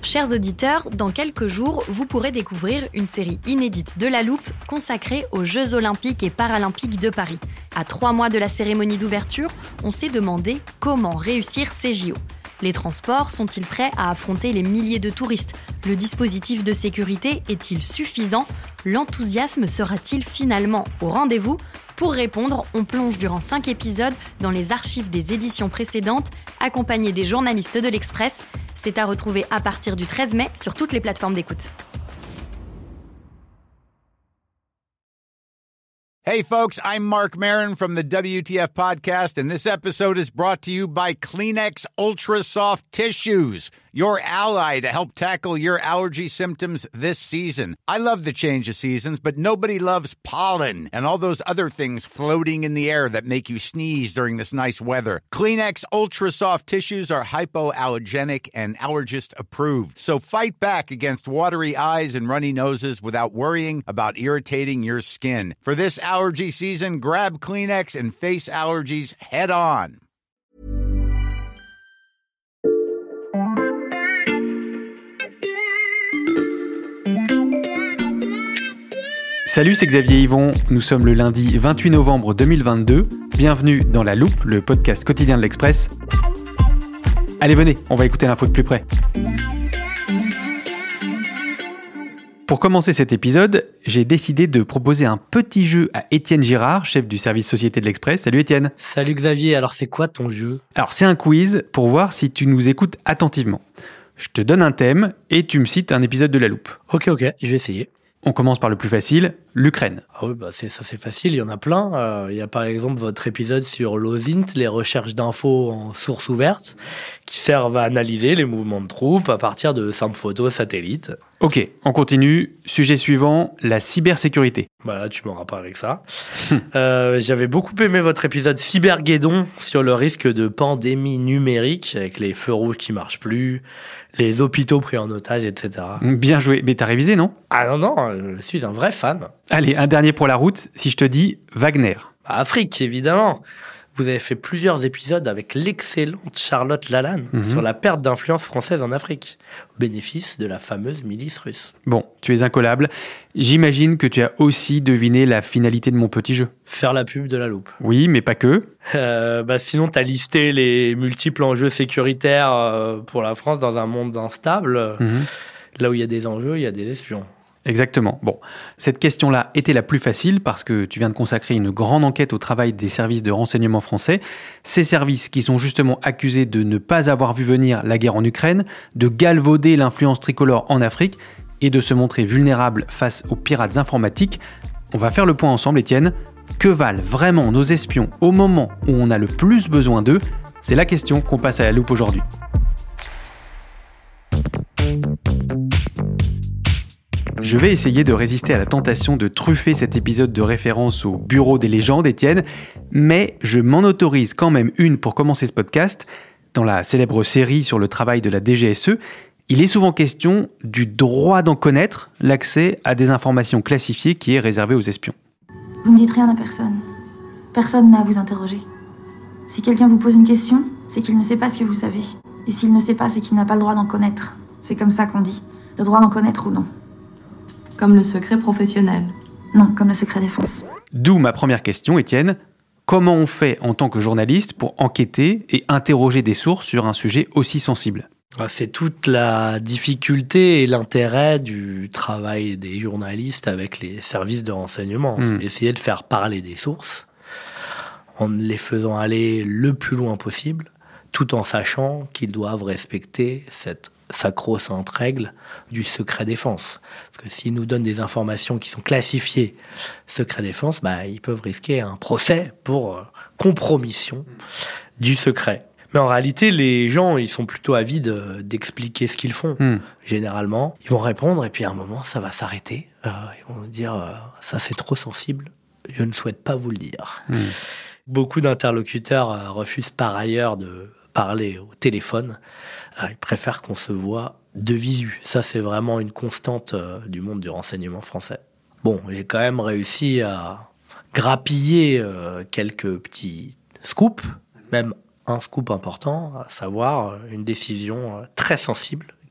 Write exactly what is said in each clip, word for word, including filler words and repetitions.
Chers auditeurs, dans quelques jours, vous pourrez découvrir une série inédite de La Loupe consacrée aux Jeux Olympiques et Paralympiques de Paris. À trois mois de la cérémonie d'ouverture, on s'est demandé comment réussir ces J O. Les transports sont-ils prêts à affronter les milliers de touristes ? Le dispositif de sécurité est-il suffisant ? L'enthousiasme sera-t-il finalement au rendez-vous ? Pour répondre, on plonge durant cinq épisodes dans les archives des éditions précédentes, accompagnés des journalistes de l'Express. C'est à retrouver à partir du treize mai sur toutes les plateformes d'écoute. Hey folks, I'm Mark Maron from the W T F podcast, and this episode is brought to you by Kleenex Ultra Soft Tissues, your ally to help tackle your allergy symptoms this season. I love the change of seasons, but nobody loves pollen and all those other things floating in the air that make you sneeze during this nice weather. Kleenex Ultra Soft Tissues are hypoallergenic and allergist approved, so fight back against watery eyes and runny noses without worrying about irritating your skin. For this allergy season, grab Kleenex and face allergies head on. Salut, c'est Xavier Yvon. Nous sommes le lundi vingt-huit novembre deux mille vingt-deux. Bienvenue dans La Loupe, le podcast quotidien de l'Express. Allez, venez, on va écouter l'info de plus près. Pour commencer cet épisode, j'ai décidé de proposer un petit jeu à Étienne Girard, chef du service société de l'Express. Salut Étienne. Salut Xavier, alors c'est quoi ton jeu ? Alors c'est un quiz pour voir si tu nous écoutes attentivement. Je te donne un thème et tu me cites un épisode de La Loupe. Ok, ok, je vais essayer. On commence par le plus facile, l'Ukraine. Ah oui, bah c'est, ça c'est facile, il y en a plein. Euh, il y a par exemple votre épisode sur l'OSINT, les recherches d'infos en source ouverte, qui servent à analyser les mouvements de troupes à partir de simples photos satellites. Ok, on continue. Sujet suivant, la cybersécurité. Bah là, tu m'auras pas avec ça. euh, j'avais beaucoup aimé votre épisode Cyberguédon sur le risque de pandémie numérique, avec les feux rouges qui marchent plus, les hôpitaux pris en otage, et cetera. Bien joué, mais t'as révisé, non ? Ah non, non, je suis un vrai fan. Allez, un dernier pour la route, si je te dis Wagner. Bah, Afrique, évidemment. Vous avez fait plusieurs épisodes avec l'excellente Charlotte Lalanne mmh. sur la perte d'influence française en Afrique, au bénéfice de la fameuse milice russe. Bon, tu es incollable. J'imagine que tu as aussi deviné la finalité de mon petit jeu. Faire la pub de La Loupe. Oui, mais pas que. Euh, bah sinon, tu as listé les multiples enjeux sécuritaires euh, pour la France dans un monde instable. Mmh. Là où il y a des enjeux, il y a des espions. Exactement. Bon, cette question-là était la plus facile parce que tu viens de consacrer une grande enquête au travail des services de renseignement français. Ces services qui sont justement accusés de ne pas avoir vu venir la guerre en Ukraine, de galvauder l'influence tricolore en Afrique et de se montrer vulnérables face aux pirates informatiques. On va faire le point ensemble, Étienne. Que valent vraiment nos espions au moment où on a le plus besoin d'eux ? C'est la question qu'on passe à la loupe aujourd'hui. Je vais essayer de résister à la tentation de truffer cet épisode de référence au bureau des légendes, Étienne, mais je m'en autorise quand même une pour commencer ce podcast. Dans la célèbre série sur le travail de la D G S E, il est souvent question du droit d'en connaître, l'accès à des informations classifiées qui est réservé aux espions. Vous ne dites rien à personne. Personne n'a à vous interroger. Si quelqu'un vous pose une question, c'est qu'il ne sait pas ce que vous savez. Et s'il ne sait pas, c'est qu'il n'a pas le droit d'en connaître. C'est comme ça qu'on dit. Le droit d'en connaître ou non. Comme le secret professionnel. Non, comme le secret défense. D'où ma première question, Étienne. Comment on fait en tant que journaliste pour enquêter et interroger des sources sur un sujet aussi sensible ? C'est toute la difficulté et l'intérêt du travail des journalistes avec les services de renseignement. Mmh. C'est essayer de faire parler des sources en les faisant aller le plus loin possible, tout en sachant qu'ils doivent respecter cette sacro-sainte règle du secret défense. Parce que s'ils nous donnent des informations qui sont classifiées secret défense, bah, ils peuvent risquer un procès pour euh, compromission du secret. Mais en réalité, les gens, ils sont plutôt avides euh, d'expliquer ce qu'ils font. Mm. Généralement, ils vont répondre et puis à un moment, ça va s'arrêter. Euh, ils vont dire euh, « ça c'est trop sensible, je ne souhaite pas vous le dire mm. ». Beaucoup d'interlocuteurs euh, refusent par ailleurs de parler au téléphone. Euh, ils préfèrent qu'on se voit de visu. Ça, c'est vraiment une constante euh, du monde du renseignement français. Bon, j'ai quand même réussi à grappiller euh, quelques petits scoops, même un scoop important, à savoir une décision euh, très sensible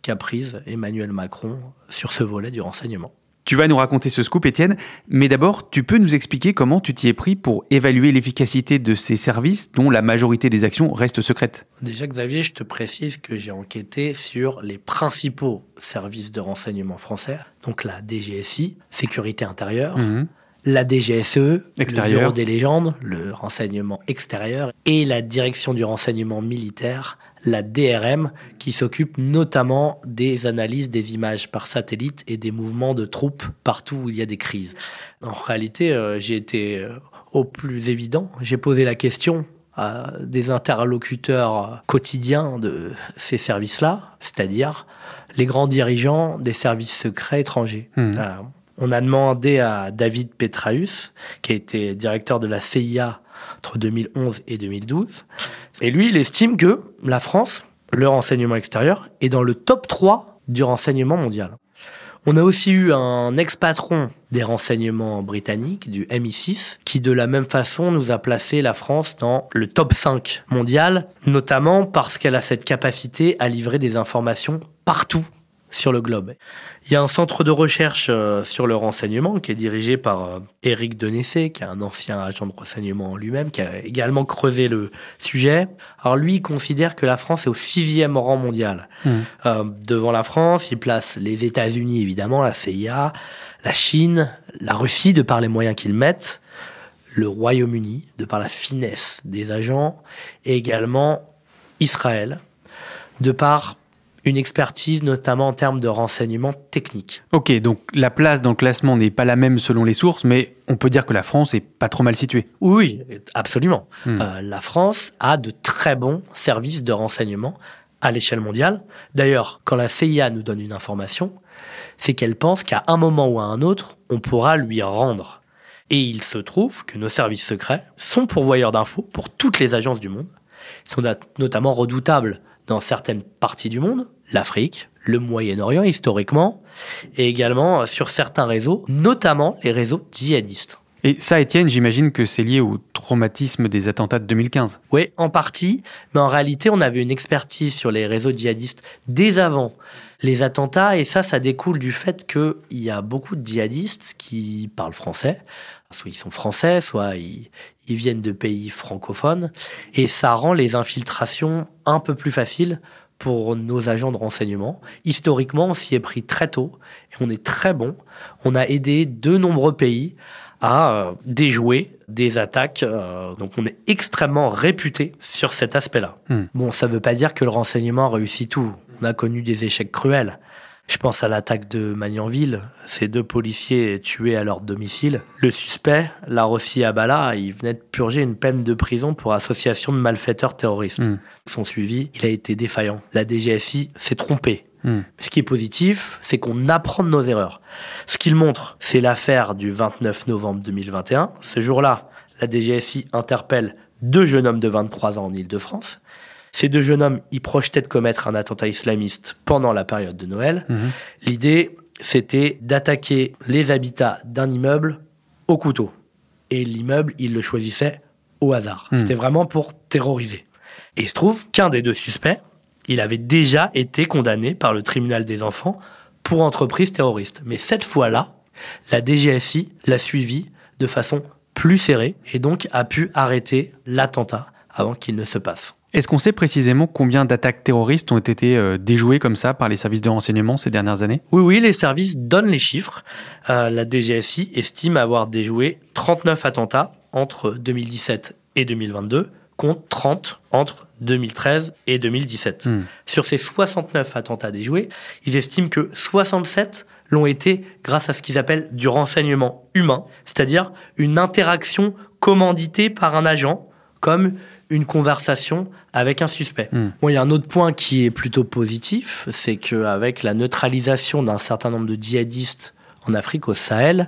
qu'a prise Emmanuel Macron sur ce volet du renseignement. Tu vas nous raconter ce scoop, Étienne, mais d'abord, tu peux nous expliquer comment tu t'y es pris pour évaluer l'efficacité de ces services dont la majorité des actions restent secrètes. Déjà, Xavier, je te précise que j'ai enquêté sur les principaux services de renseignement français, donc la D G S I, Sécurité intérieure, mmh. la D G S E, extérieur. Le Bureau des légendes, le renseignement extérieur, et la Direction du renseignement militaire, la D R M, qui s'occupe notamment des analyses des images par satellite et des mouvements de troupes partout où il y a des crises. En réalité, euh, j'ai été euh, au plus évident. J'ai posé la question à des interlocuteurs quotidiens de ces services-là, c'est-à-dire les grands dirigeants des services secrets étrangers. Mmh. Euh, on a demandé à David Petraeus, qui a été directeur de la C I A entre deux mille onze et deux mille douze. Et lui, il estime que la France, le renseignement extérieur, est dans le top trois du renseignement mondial. On a aussi eu un ex-patron des renseignements britanniques, du M I six, qui de la même façon nous a placé la France dans le top cinq mondial, notamment parce qu'elle a cette capacité à livrer des informations partout sur le globe. Il y a un centre de recherche euh, sur le renseignement qui est dirigé par euh, Éric Denessé, qui est un ancien agent de renseignement lui-même, qui a également creusé le sujet. Alors lui, il considère que la France est au sixième rang mondial. Mmh. Euh, devant la France, il place les États-Unis, évidemment, la C I A, la Chine, la Russie, de par les moyens qu'ils mettent, le Royaume-Uni, de par la finesse des agents, et également Israël, de par une expertise, notamment en termes de renseignements techniques. Ok, donc la place dans le classement n'est pas la même selon les sources, mais on peut dire que la France est pas trop mal située. Oui, absolument. Hmm. Euh, la France a de très bons services de renseignement à l'échelle mondiale. D'ailleurs, quand la C I A nous donne une information, c'est qu'elle pense qu'à un moment ou à un autre, on pourra lui rendre. Et il se trouve que nos services secrets sont pourvoyeurs d'infos pour toutes les agences du monde. Ils sont notamment redoutables dans certaines parties du monde, l'Afrique, le Moyen-Orient historiquement, et également sur certains réseaux, notamment les réseaux djihadistes. Et ça, Étienne, j'imagine que c'est lié au traumatisme des attentats de deux mille quinze. Oui, en partie, mais en réalité, on avait une expertise sur les réseaux djihadistes dès avant les attentats, et ça, ça découle du fait qu'il y a beaucoup de djihadistes qui parlent français, soit ils sont français, soit ils, ils viennent de pays francophones, et ça rend les infiltrations un peu plus faciles pour nos agents de renseignement. Historiquement, on s'y est pris très tôt, et on est très bon. On a aidé de nombreux pays à euh, déjouer des attaques. Euh, donc on est extrêmement réputé sur cet aspect-là. Mmh. Bon, ça ne veut pas dire que le renseignement réussit tout. On a connu des échecs cruels. Je pense à l'attaque de Magnanville, ces deux policiers tués à leur domicile. Le suspect, Larossi Abala, il venait de purger une peine de prison pour association de malfaiteurs terroristes. Mmh. Son suivi, il a été défaillant. La D G S I s'est trompée. Mmh. Ce qui est positif, c'est qu'on apprend de nos erreurs. Ce qu'il montre, c'est l'affaire du vingt-neuf novembre deux mille vingt et un. Ce jour-là, la D G S I interpelle deux jeunes hommes de vingt-trois ans en Île-de-France. Ces deux jeunes hommes, ils projetaient de commettre un attentat islamiste pendant la période de Noël. Mmh. L'idée, c'était d'attaquer les habitats d'un immeuble au couteau. Et l'immeuble, ils le choisissaient au hasard. Mmh. C'était vraiment pour terroriser. Et il se trouve qu'un des deux suspects, il avait déjà été condamné par le tribunal des enfants pour entreprise terroriste. Mais cette fois-là, la D G S I l'a suivi de façon plus serrée et donc a pu arrêter l'attentat avant qu'il ne se passe. Est-ce qu'on sait précisément combien d'attaques terroristes ont été euh, déjouées comme ça par les services de renseignement ces dernières années ? Oui, oui, les services donnent les chiffres. Euh, la D G S I estime avoir déjoué trente-neuf attentats entre deux mille dix-sept et deux mille vingt-deux, contre trente entre deux mille treize et deux mille dix-sept. Mmh. Sur ces soixante-neuf attentats déjoués, ils estiment que soixante-sept l'ont été grâce à ce qu'ils appellent du renseignement humain, c'est-à-dire une interaction commanditée par un agent, comme une conversation avec un suspect. Mmh. Bon, il y a un autre point qui est plutôt positif, c'est qu'avec la neutralisation d'un certain nombre de djihadistes en Afrique, au Sahel,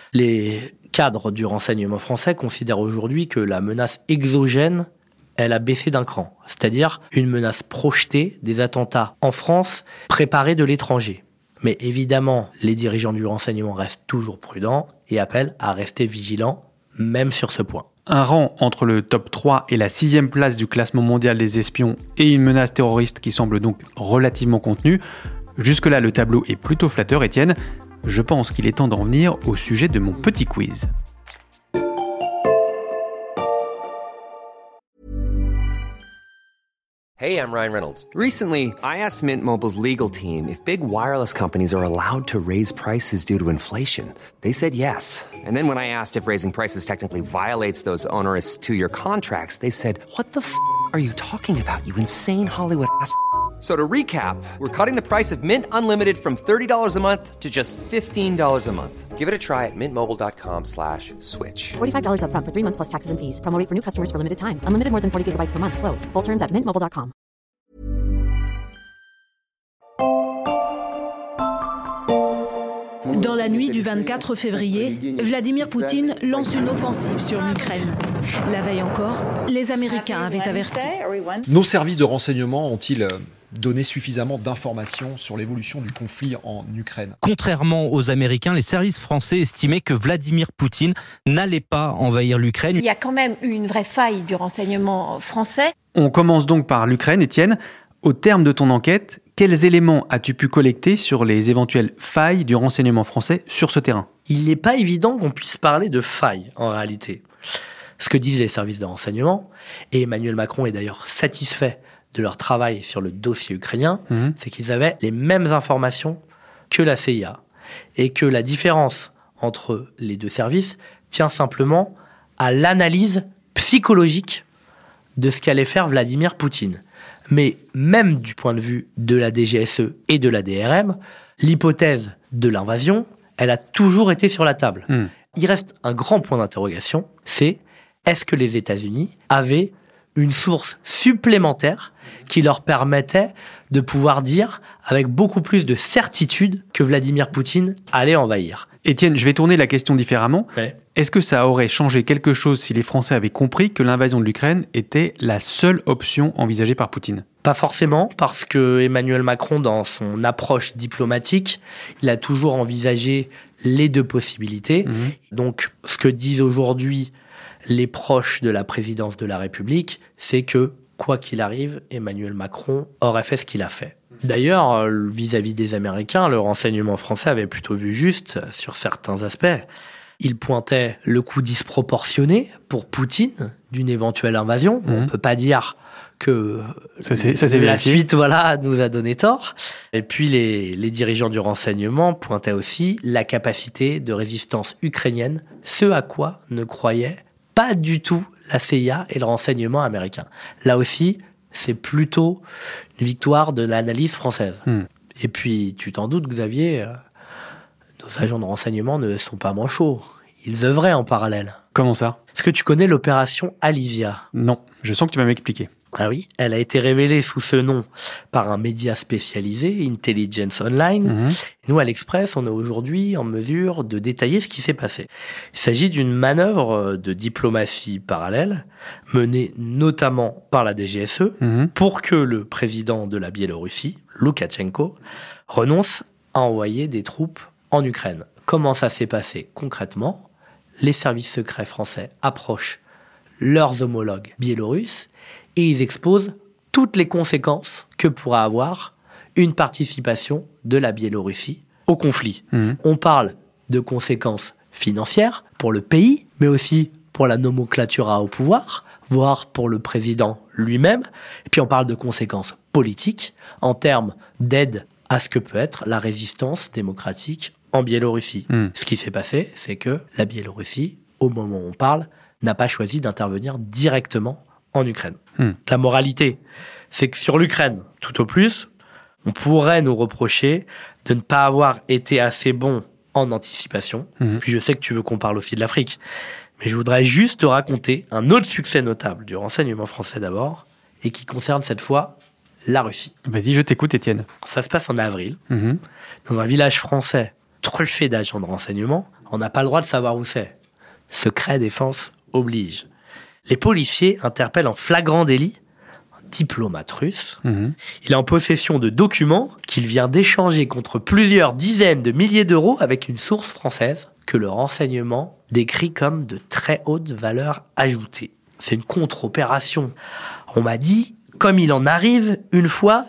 les cadres du renseignement français considèrent aujourd'hui que la menace exogène, elle a baissé d'un cran. C'est-à-dire une menace projetée des attentats en France, préparés de l'étranger. Mais évidemment, les dirigeants du renseignement restent toujours prudents et appellent à rester vigilants, même sur ce point. Un rang entre le top trois et la sixième place du classement mondial des espions et une menace terroriste qui semble donc relativement contenue. Jusque-là, le tableau est plutôt flatteur, Étienne. Je pense qu'il est temps d'en venir au sujet de mon petit quiz. Hey, I'm Ryan Reynolds. Recently, I asked Mint Mobile's legal team if big wireless companies are allowed to raise prices due to inflation. They said yes. And then when I asked if raising prices technically violates those onerous two-year contracts, they said, what the f*** are you talking about, you insane Hollywood ass f- So to recap, we're cutting the price of Mint Unlimited from thirty dollars a month to just fifteen dollars a month. Give it a try at mintmobile.com slash switch. forty-five dollars up front for three months plus taxes and fees. Promo rate for new customers for limited time. Unlimited more than forty gigabytes per month. Slows full terms at mint mobile dot com. Dans la nuit du vingt-quatre février, Vladimir Poutine lance une offensive sur l'Ukraine. La veille encore, les Américains avaient averti. Nos services de renseignement ont-ils donné suffisamment d'informations sur l'évolution du conflit en Ukraine ? Contrairement aux Américains, les services français estimaient que Vladimir Poutine n'allait pas envahir l'Ukraine. Il y a quand même eu une vraie faille du renseignement français. On commence donc par l'Ukraine, Étienne. Au terme de ton enquête, quels éléments as-tu pu collecter sur les éventuelles failles du renseignement français sur ce terrain ? Il n'est pas évident qu'on puisse parler de failles, en réalité. Ce que disent les services de renseignement, et Emmanuel Macron est d'ailleurs satisfait de leur travail sur le dossier ukrainien, mmh. c'est qu'ils avaient les mêmes informations que la C I A. Et que la différence entre les deux services tient simplement à l'analyse psychologique de ce qu'allait faire Vladimir Poutine. Mais même du point de vue de la D G S E et de la D R M, l'hypothèse de l'invasion, elle a toujours été sur la table. Mmh. Il reste un grand point d'interrogation, c'est est-ce que les États-Unis avaient une source supplémentaire qui leur permettait de pouvoir dire avec beaucoup plus de certitude que Vladimir Poutine allait envahir. Étienne, je vais tourner la question différemment. Ouais. Est-ce que ça aurait changé quelque chose si les Français avaient compris que l'invasion de l'Ukraine était la seule option envisagée par Poutine ? Pas forcément, parce que Emmanuel Macron, dans son approche diplomatique, il a toujours envisagé les deux possibilités. Mmh. Donc, ce que disent aujourd'hui les proches de la présidence de la République, c'est que, quoi qu'il arrive, Emmanuel Macron aurait fait ce qu'il a fait. D'ailleurs, vis-à-vis des Américains, le renseignement français avait plutôt vu juste sur certains aspects. Il pointait le coût disproportionné pour Poutine d'une éventuelle invasion. Mmh. On ne peut pas dire que ça c'est, ça c'est la vérifié. suite voilà, nous a donné tort. Et puis les, les dirigeants du renseignement pointaient aussi la capacité de résistance ukrainienne, ce à quoi ne croyaient pas du tout la C I A et le renseignement américain. Là aussi, c'est plutôt une victoire de l'analyse française. Mmh. Et puis, tu t'en doutes, Xavier, euh, nos agents de renseignement ne sont pas manchots. Ils œuvraient en parallèle. Comment ça ? Est-ce que tu connais l'opération Alivia ? Non, je sens que tu vas m'expliquer. Ah oui, elle a été révélée sous ce nom par un média spécialisé, Intelligence Online. Mmh. Nous, à l'Express, on est aujourd'hui en mesure de détailler ce qui s'est passé. Il s'agit d'une manœuvre de diplomatie parallèle, menée notamment par la D G S E, mmh. pour que le président de la Biélorussie, Loukachenko, renonce à envoyer des troupes en Ukraine. Comment ça s'est passé concrètement ? Les services secrets français approchent leurs homologues biélorusses et ils exposent toutes les conséquences que pourra avoir une participation de la Biélorussie au conflit. Mmh. On parle de conséquences financières pour le pays, mais aussi pour la nomenclatura au pouvoir, voire pour le président lui-même. Et puis on parle de conséquences politiques en termes d'aide à ce que peut être la résistance démocratique en Biélorussie. Mmh. Ce qui s'est passé, c'est que la Biélorussie, au moment où on parle, n'a pas choisi d'intervenir directement en Ukraine. Mmh. La moralité, c'est que sur l'Ukraine, tout au plus, on pourrait nous reprocher de ne pas avoir été assez bon en anticipation. Mmh. Puis je sais que tu veux qu'on parle aussi de l'Afrique, mais je voudrais juste te raconter un autre succès notable du renseignement français d'abord, et qui concerne cette fois la Russie. Vas-y, je t'écoute, Étienne. Ça se passe en avril, mmh. dans un village français truffé d'agents de renseignement. On n'a pas le droit de savoir où c'est. Secret défense oblige. Les policiers interpellent en flagrant délit un diplomate russe. Mmh. Il est en possession de documents qu'il vient d'échanger contre plusieurs dizaines de milliers d'euros avec une source française que le renseignement décrit comme de très haute valeur ajoutée. C'est une contre-opération. On m'a dit, comme il en arrive une fois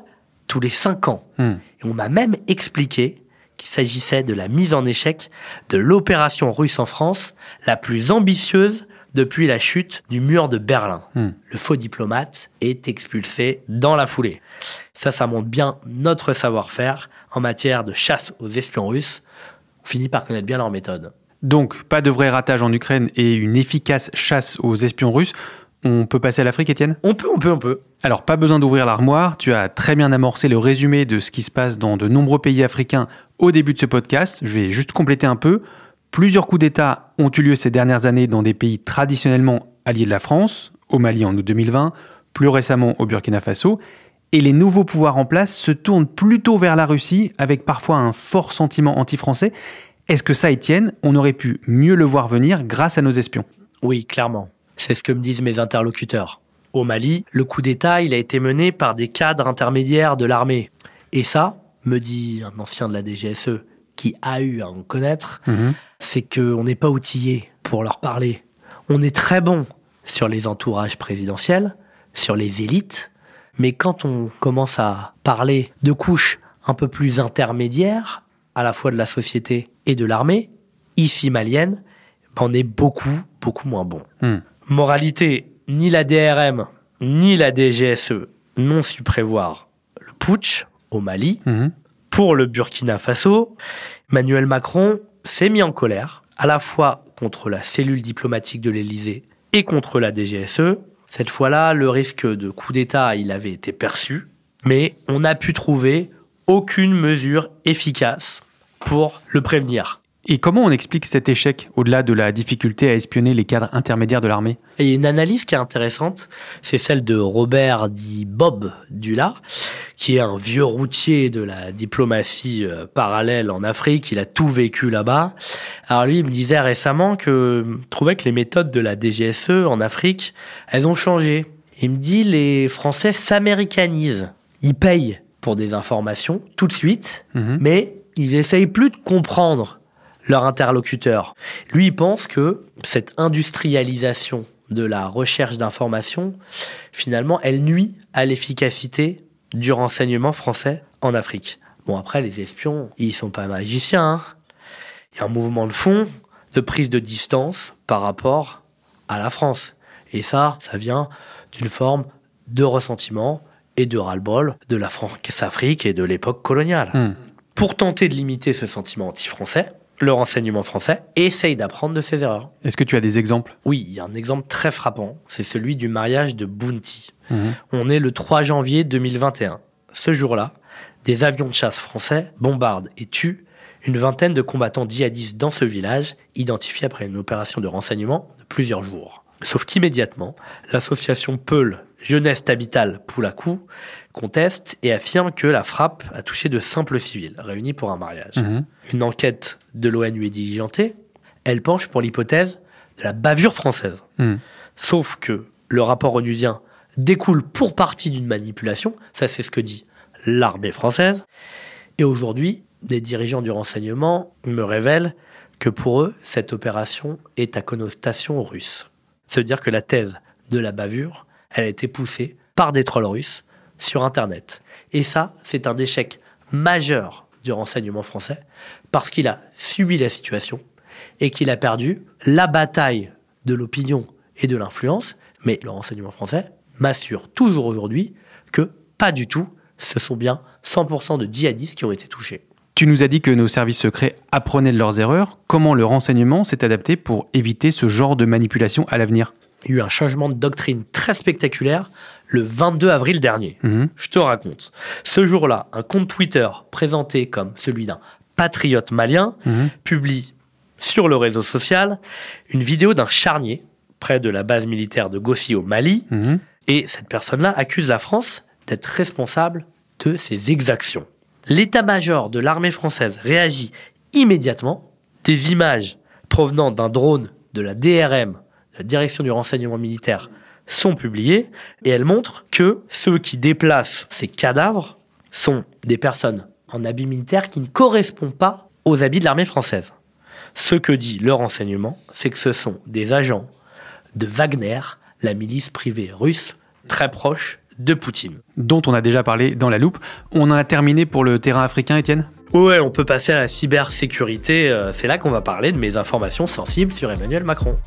tous les cinq ans. Mmh. Et on m'a même expliqué qu'il s'agissait de la mise en échec de l'opération russe en France, la plus ambitieuse depuis la chute du mur de Berlin. Mmh. Le faux diplomate est expulsé dans la foulée. Ça, ça montre bien notre savoir-faire en matière de chasse aux espions russes. On finit par connaître bien leur méthode. Donc, pas de vrai ratage en Ukraine et une efficace chasse aux espions russes. On peut passer à l'Afrique, Étienne ? On peut, on peut, on peut. Alors, pas besoin d'ouvrir l'armoire. Tu as très bien amorcé le résumé de ce qui se passe dans de nombreux pays africains au début de ce podcast. Je vais juste compléter un peu. Plusieurs coups d'État ont eu lieu ces dernières années dans des pays traditionnellement alliés de la France, au Mali en août deux mille vingt, plus récemment au Burkina Faso. Et les nouveaux pouvoirs en place se tournent plutôt vers la Russie, avec parfois un fort sentiment anti-français. Est-ce que ça, Étienne, on aurait pu mieux le voir venir grâce à nos espions ? Oui, clairement. C'est ce que me disent mes interlocuteurs. Au Mali, le coup d'État, il a été mené par des cadres intermédiaires de l'armée. Et ça, me dit un ancien de la D G S E, qui a eu à en connaître, mmh. c'est qu'on n'est pas outillé pour leur parler. On est très bon sur les entourages présidentiels, sur les élites, mais quand on commence à parler de couches un peu plus intermédiaires, à la fois de la société et de l'armée, ici malienne, ben on est beaucoup, beaucoup moins bon. Mmh. Moralité, ni la D R M, ni la D G S E n'ont su prévoir le putsch au Mali. Mmh. Pour le Burkina Faso, Emmanuel Macron s'est mis en colère, à la fois contre la cellule diplomatique de l'Élysée et contre la D G S E. Cette fois-là, le risque de coup d'État, il avait été perçu, mais on n'a pu trouver aucune mesure efficace pour le prévenir. Et comment on explique cet échec, au-delà de la difficulté à espionner les cadres intermédiaires de l'armée ? Et il y a une analyse qui est intéressante, c'est celle de Robert dit Bob Dula, qui est un vieux routier de la diplomatie euh, parallèle en Afrique, il a tout vécu là-bas. Alors lui, il me disait récemment que il trouvait que les méthodes de la D G S E en Afrique, elles ont changé. Il me dit les Français s'américanisent, ils payent pour des informations tout de suite, mmh. mais ils essayent plus de comprendre leur interlocuteur. Lui, il pense que cette industrialisation de la recherche d'informations, finalement, elle nuit à l'efficacité du renseignement français en Afrique. Bon, après, les espions, ils sont pas magiciens, hein. Il y a un mouvement de fond, de prise de distance par rapport à la France. Et ça, ça vient d'une forme de ressentiment et de ras-le-bol de la France-Afrique et de l'époque coloniale. Mmh. Pour tenter de limiter ce sentiment anti-français, le renseignement français essaye d'apprendre de ses erreurs. Est-ce que tu as des exemples ? Oui, il y a un exemple très frappant, c'est celui du mariage de Bounty. Mmh. On est le trois janvier deux mille vingt et un. Ce jour-là, des avions de chasse français bombardent et tuent une vingtaine de combattants djihadistes dans ce village, identifiés après une opération de renseignement de plusieurs jours. Sauf qu'immédiatement, l'association Peul Jeunesse Tabitale Poulakou conteste et affirme que la frappe a touché de simples civils réunis pour un mariage. Mmh. Une enquête de l'ONU est diligentée, elle penche pour l'hypothèse de la bavure française. Mmh. Sauf que le rapport onusien découle pour partie d'une manipulation, ça c'est ce que dit l'armée française, et aujourd'hui, des dirigeants du renseignement me révèlent que pour eux, cette opération est à connotation russe. Ça veut dire que la thèse de la bavure, elle a été poussée par des trolls russes sur Internet. Et ça, c'est un échec majeur du renseignement français parce qu'il a subi la situation et qu'il a perdu la bataille de l'opinion et de l'influence. Mais le renseignement français m'assure toujours aujourd'hui que pas du tout, ce sont bien cent pour cent de djihadistes qui ont été touchés. Tu nous as dit que nos services secrets apprenaient de leurs erreurs. Comment le renseignement s'est adapté pour éviter ce genre de manipulation à l'avenir ? Il y a eu un changement de doctrine très spectaculaire le vingt-deux avril dernier. Mmh. Je te raconte. Ce jour-là, un compte Twitter présenté comme celui d'un patriote malien mmh. publie sur le réseau social une vidéo d'un charnier près de la base militaire de Gossi au Mali. Mmh. Et cette personne-là accuse la France d'être responsable de ses exactions. L'état-major de l'armée française réagit immédiatement. Des images provenant d'un drone de la D R M, la direction du renseignement militaire, sont publiées et elles montrent que ceux qui déplacent ces cadavres sont des personnes en habit militaire qui ne correspondent pas aux habits de l'armée française. Ce que dit le renseignement, c'est que ce sont des agents de Wagner, la milice privée russe, très proche de Poutine. Dont on a déjà parlé dans la loupe. On en a terminé pour le terrain africain, Étienne ? Ouais, on peut passer à la cybersécurité. C'est là qu'on va parler de mes informations sensibles sur Emmanuel Macron.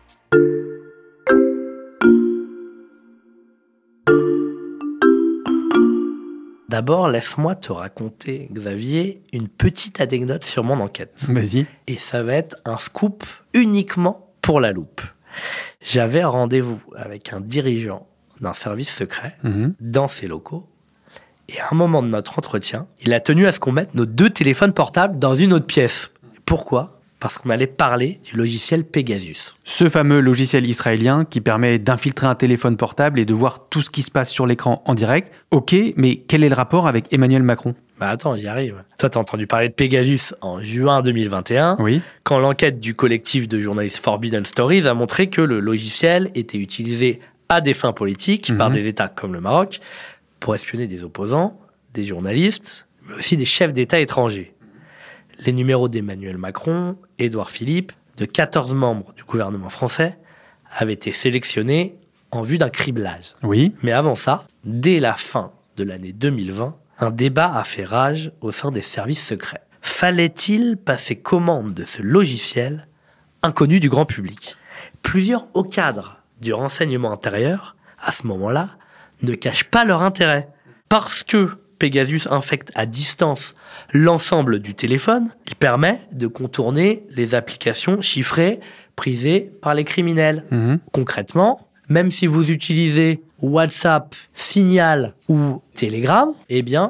D'abord, laisse-moi te raconter, Xavier, une petite anecdote sur mon enquête. Vas-y. Et ça va être un scoop uniquement pour la loupe. J'avais rendez-vous avec un dirigeant d'un service secret mmh. dans ses locaux. Et à un moment de notre entretien, il a tenu à ce qu'on mette nos deux téléphones portables dans une autre pièce. Pourquoi ? Parce qu'on allait parler du logiciel Pegasus. Ce fameux logiciel israélien qui permet d'infiltrer un téléphone portable et de voir tout ce qui se passe sur l'écran en direct. Ok, mais quel est le rapport avec Emmanuel Macron ? Bah attends, j'y arrive. Toi, t'as entendu parler de Pegasus en juin deux mille vingt et un, oui. quand l'enquête du collectif de journalistes Forbidden Stories a montré que le logiciel était utilisé à des fins politiques mmh. par des États comme le Maroc pour espionner des opposants, des journalistes, mais aussi des chefs d'État étrangers. Les numéros d'Emmanuel Macron, Édouard Philippe, de quatorze membres du gouvernement français avaient été sélectionnés en vue d'un criblage. Oui. Mais avant ça, dès la fin de l'année deux mille vingt, un débat a fait rage au sein des services secrets. Fallait-il passer commande de ce logiciel inconnu du grand public ? Plusieurs hauts cadres du renseignement intérieur, à ce moment-là, ne cachent pas leur intérêt. Parce que Pegasus infecte à distance l'ensemble du téléphone, il permet de contourner les applications chiffrées prisées par les criminels. Mmh. Concrètement, même si vous utilisez WhatsApp, Signal ou Telegram, eh bien,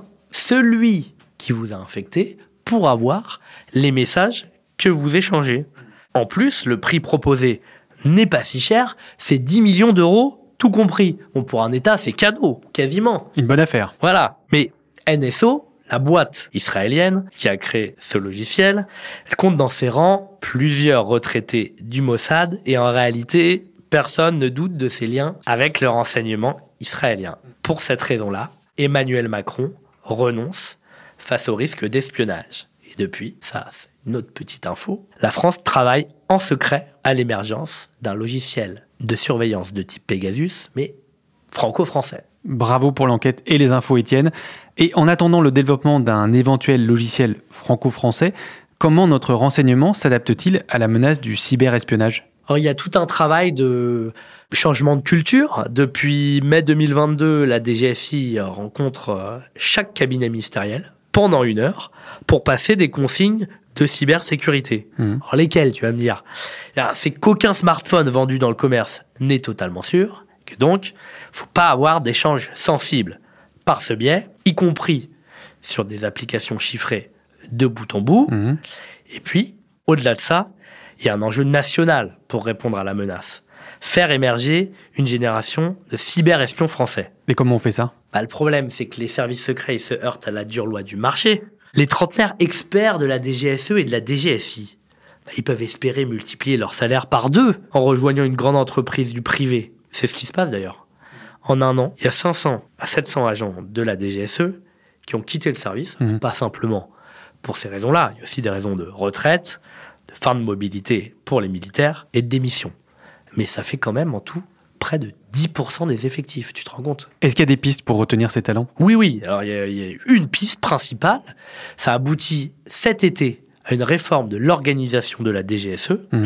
celui qui vous a infecté pourra voir les messages que vous échangez. En plus, le prix proposé n'est pas si cher, c'est dix millions d'euros tout compris. Bon, pour un État, c'est cadeau, quasiment. Une bonne affaire. Voilà. Mais N S O, la boîte israélienne qui a créé ce logiciel, elle compte dans ses rangs plusieurs retraités du Mossad et en réalité, personne ne doute de ses liens avec le renseignement israélien. Pour cette raison-là, Emmanuel Macron renonce face au risque d'espionnage. Et depuis, ça, c'est une autre petite info, la France travaille en secret à l'émergence d'un logiciel de surveillance de type Pegasus, mais franco-français. Bravo pour l'enquête et les infos, Étienne. Et en attendant le développement d'un éventuel logiciel franco-français, comment notre renseignement s'adapte-t-il à la menace du cyberespionnage ? Alors, il y a tout un travail de changement de culture. Depuis mai deux mille vingt-deux, la D G S I rencontre chaque cabinet ministériel pendant une heure pour passer des consignes de cybersécurité. Mmh. Alors, lesquelles, tu vas me dire ? C'est qu'aucun smartphone vendu dans le commerce n'est totalement sûr, que donc, faut pas avoir d'échanges sensibles par ce biais, y compris sur des applications chiffrées de bout en bout. Mmh. Et puis, au-delà de ça, il y a un enjeu national pour répondre à la menace. Faire émerger une génération de cyber-espions français. Et comment on fait ça ? Bah, le problème, c'est que les services secrets ils se heurtent à la dure loi du marché. Les trentenaires experts de la D G S E et de la D G S I, bah, ils peuvent espérer multiplier leur salaire par deux en rejoignant une grande entreprise du privé. C'est ce qui se passe d'ailleurs. En un an, il y a cinq cents à sept cents agents de la D G S E qui ont quitté le service, mmh. pas simplement pour ces raisons-là. Il y a aussi des raisons de retraite, de fin de mobilité pour les militaires et de démission. Mais ça fait quand même en tout près de dix pour cent des effectifs, tu te rends compte ? Est-ce qu'il y a des pistes pour retenir ces talents ? Oui, oui. Alors, il y, a, il y a une piste principale. Ça aboutit cet été à une réforme de l'organisation de la D G S E. Mmh.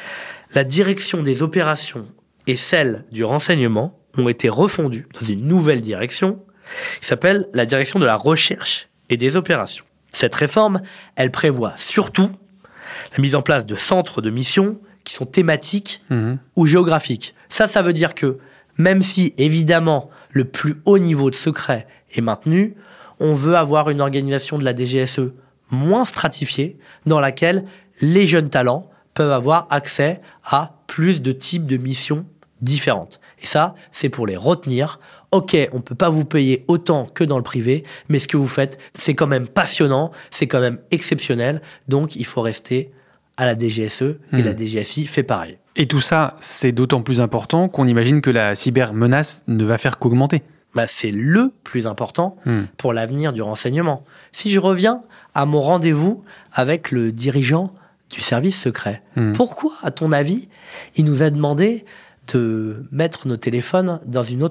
La direction des opérations et celle du renseignement ont été refondues dans une nouvelle direction qui s'appelle la direction de la recherche et des opérations. Cette réforme, elle prévoit surtout la mise en place de centres de mission qui sont thématiques mmh. ou géographiques. Ça, ça veut dire que même si, évidemment, le plus haut niveau de secret est maintenu, on veut avoir une organisation de la D G S E moins stratifiée, dans laquelle les jeunes talents peuvent avoir accès à plus de types de missions différentes. Et ça, c'est pour les retenir. Ok, on peut pas vous payer autant que dans le privé, mais ce que vous faites, c'est quand même passionnant, c'est quand même exceptionnel, donc il faut rester à la D G S E, et mmh. la D G S I fait pareil. Et tout ça, c'est d'autant plus important qu'on imagine que la cybermenace ne va faire qu'augmenter. Bah, c'est le plus important mmh. pour l'avenir du renseignement. Si je reviens à mon rendez-vous avec le dirigeant du service secret, mmh. pourquoi, à ton avis, il nous a demandé de mettre nos téléphones dans une autre pièce ?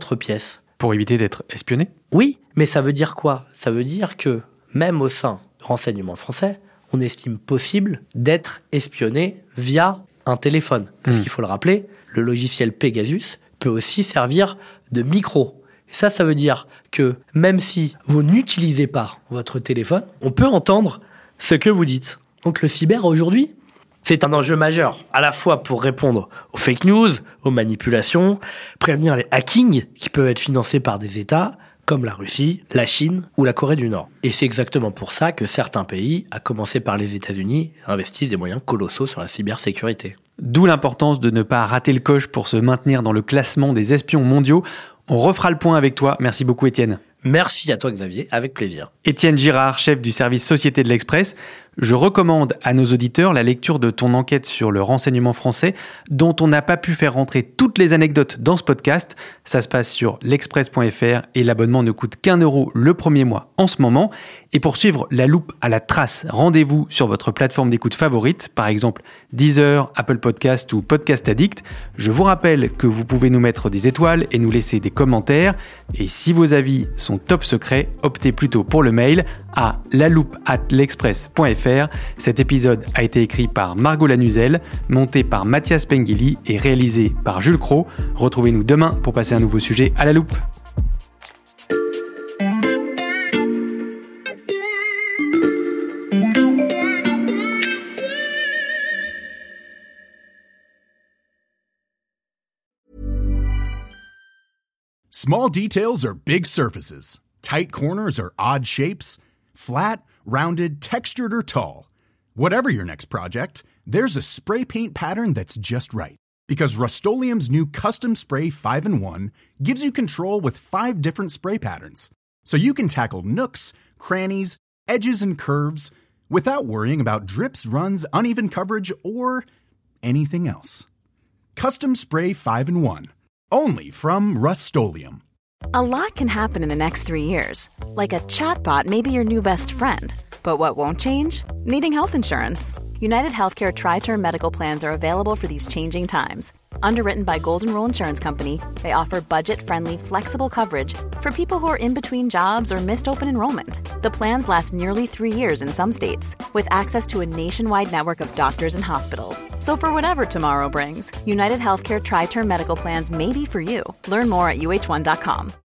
Pour éviter d'être espionné ? Oui, mais ça veut dire quoi ? Ça veut dire que même au sein du renseignement français, on estime possible d'être espionné via un téléphone. Parce mmh. qu'il faut le rappeler, le logiciel Pegasus peut aussi servir de micro. Et ça, ça veut dire que même si vous n'utilisez pas votre téléphone, on peut entendre ce que vous dites. Donc le cyber aujourd'hui, c'est un enjeu majeur, à la fois pour répondre aux fake news, aux manipulations, prévenir les hackings qui peuvent être financés par des États comme la Russie, la Chine ou la Corée du Nord. Et c'est exactement pour ça que certains pays, à commencer par les États-Unis, investissent des moyens colossaux sur la cybersécurité. D'où l'importance de ne pas rater le coche pour se maintenir dans le classement des espions mondiaux. On refera le point avec toi. Merci beaucoup, Étienne. Merci à toi, Xavier, avec plaisir. Étienne Girard, chef du service Société de l'Express. Je recommande à nos auditeurs la lecture de ton enquête sur le renseignement français, dont on n'a pas pu faire rentrer toutes les anecdotes dans ce podcast. Ça se passe sur l'express point f r et l'abonnement ne coûte qu'un euro le premier mois en ce moment. Et pour suivre la loupe à la trace, rendez-vous sur votre plateforme d'écoute favorite, par exemple Deezer, Apple Podcast ou Podcast Addict. Je vous rappelle que vous pouvez nous mettre des étoiles et nous laisser des commentaires. Et si vos avis sont top secrets, optez plutôt pour le mail à la loupe arobase l'express point f r. Cet épisode a été écrit par Margot Lanuzel, monté par Mathias Pengili et réalisé par Jules Cros. Retrouvez-nous demain pour passer un nouveau sujet à la loupe. Small details are big surfaces. Tight corners are odd shapes. Flat, rounded, textured, or tall. Whatever your next project, there's a spray paint pattern that's just right. Because Rust-Oleum's new Custom Spray five in one gives you control with five different spray patterns. So you can tackle nooks, crannies, edges, and curves without worrying about drips, runs, uneven coverage, or anything else. Custom Spray five in one. Only from Rust-Oleum. A lot can happen in the next three years. Like a chatbot may be your new best friend. But what won't change? Needing health insurance. United Healthcare Tri-Term Medical Plans are available for these changing times. Underwritten by Golden Rule Insurance Company, they offer budget-friendly, flexible coverage for people who are in between jobs or missed open enrollment. The plans last nearly three years in some states, with access to a nationwide network of doctors and hospitals. So for whatever tomorrow brings, United Healthcare Tri-Term Medical Plans may be for you. Learn more at U H one dot com.